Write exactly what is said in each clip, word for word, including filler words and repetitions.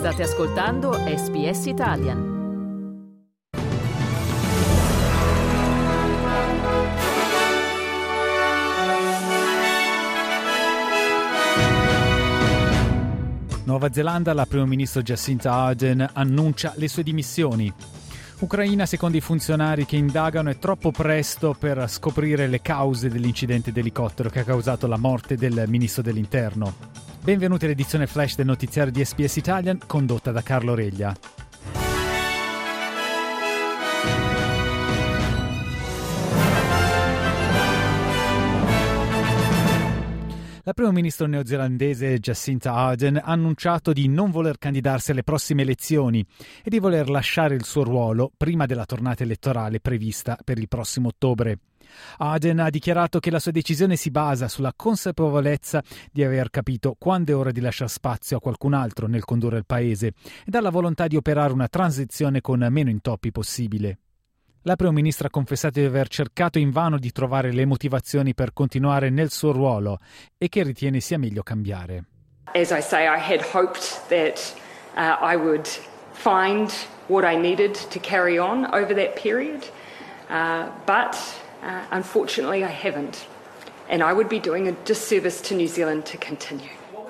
State ascoltando S B S Italian. Nuova Zelanda, la primo ministro Jacinda Ardern annuncia le sue dimissioni. Ucraina, secondo i funzionari che indagano, è troppo presto per scoprire le cause dell'incidente d'elicottero che ha causato la morte del ministro dell'interno. Benvenuti all'edizione flash del notiziario di S B S Italian, condotta da Carlo Reglia. La primo ministro neozelandese Jacinda Ardern ha annunciato di non voler candidarsi alle prossime elezioni e di voler lasciare il suo ruolo prima della tornata elettorale prevista per il prossimo ottobre. Ardern ha dichiarato che la sua decisione si basa sulla consapevolezza di aver capito quando è ora di lasciare spazio a qualcun altro nel condurre il paese e dalla volontà di operare una transizione con meno intoppi possibile. La primo ministra ha confessato di aver cercato invano di trovare le motivazioni per continuare nel suo ruolo e che ritiene sia meglio cambiare. As I say, I had hoped that uh, I would find what I needed to carry on over that period, uh, but uh, unfortunately I haven't, and I would be doing a disservice to New Zealand to continue.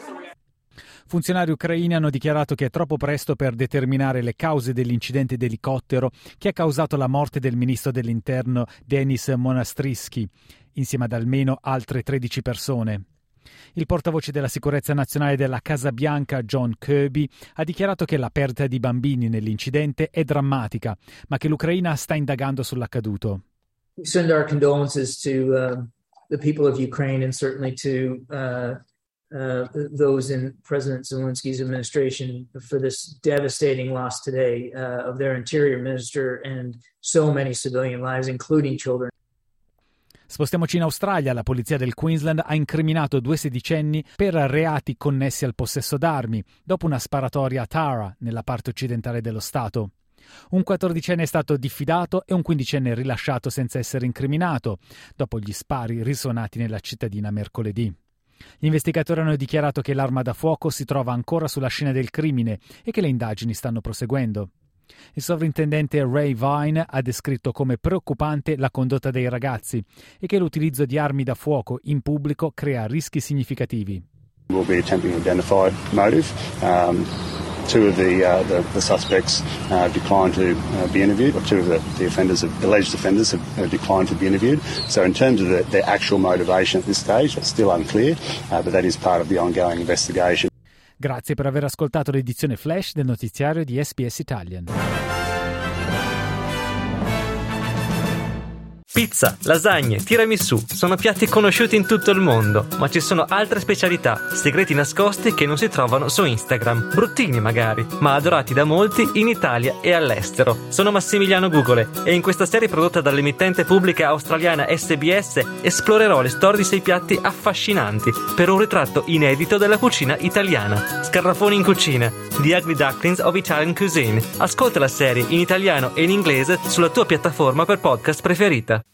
Funzionari ucraini hanno dichiarato che è troppo presto per determinare le cause dell'incidente d'elicottero che ha causato la morte del ministro dell'interno Denis Monastrisky, insieme ad almeno altre tredici persone. Il portavoce della sicurezza nazionale della Casa Bianca, John Kirby, ha dichiarato che la perdita di bambini nell'incidente è drammatica, ma che l'Ucraina sta indagando sull'accaduto. We send our condolences to uh, the people of Ukraine and certainly to uh... Uh, those in President Zelensky's administration for this devastating loss today uh, of their interior minister and so many civilian lives, including children. Spostiamoci in Australia. La polizia del Queensland ha incriminato due sedicenni per reati connessi al possesso d'armi, dopo una sparatoria a Tara, nella parte occidentale dello stato. Un quattordicenne è stato diffidato e un quindicenne rilasciato senza essere incriminato, dopo gli spari risuonati nella cittadina mercoledì. Gli investigatori hanno dichiarato che l'arma da fuoco si trova ancora sulla scena del crimine e che le indagini stanno proseguendo. Il sovrintendente Ray Vine ha descritto come preoccupante la condotta dei ragazzi e che l'utilizzo di armi da fuoco in pubblico crea rischi significativi. We'll be attempting to identify motive. Um... Two of the, uh, the, the suspects uh, declined to uh, be interviewed, or two of the, the offenders, the alleged offenders have uh, declined to be interviewed. So in terms of the, their actual motivation at this stage, it's still unclear, uh, but that is part of the ongoing investigation. Grazie per aver ascoltato l'edizione flash del notiziario di S B S Italian. Pizza, lasagne, tiramisù sono piatti conosciuti in tutto il mondo, ma ci sono altre specialità, segreti nascosti che non si trovano su Instagram, bruttini magari, ma adorati da molti in Italia e all'estero. Sono Massimiliano Gugole e in questa serie prodotta dall'emittente pubblica australiana S B S esplorerò le storie di sei piatti affascinanti per un ritratto inedito della cucina italiana. Scarafoni in cucina, The Ugly Ducklings of Italian Cuisine. Ascolta la serie in italiano e in inglese sulla tua piattaforma per podcast preferita.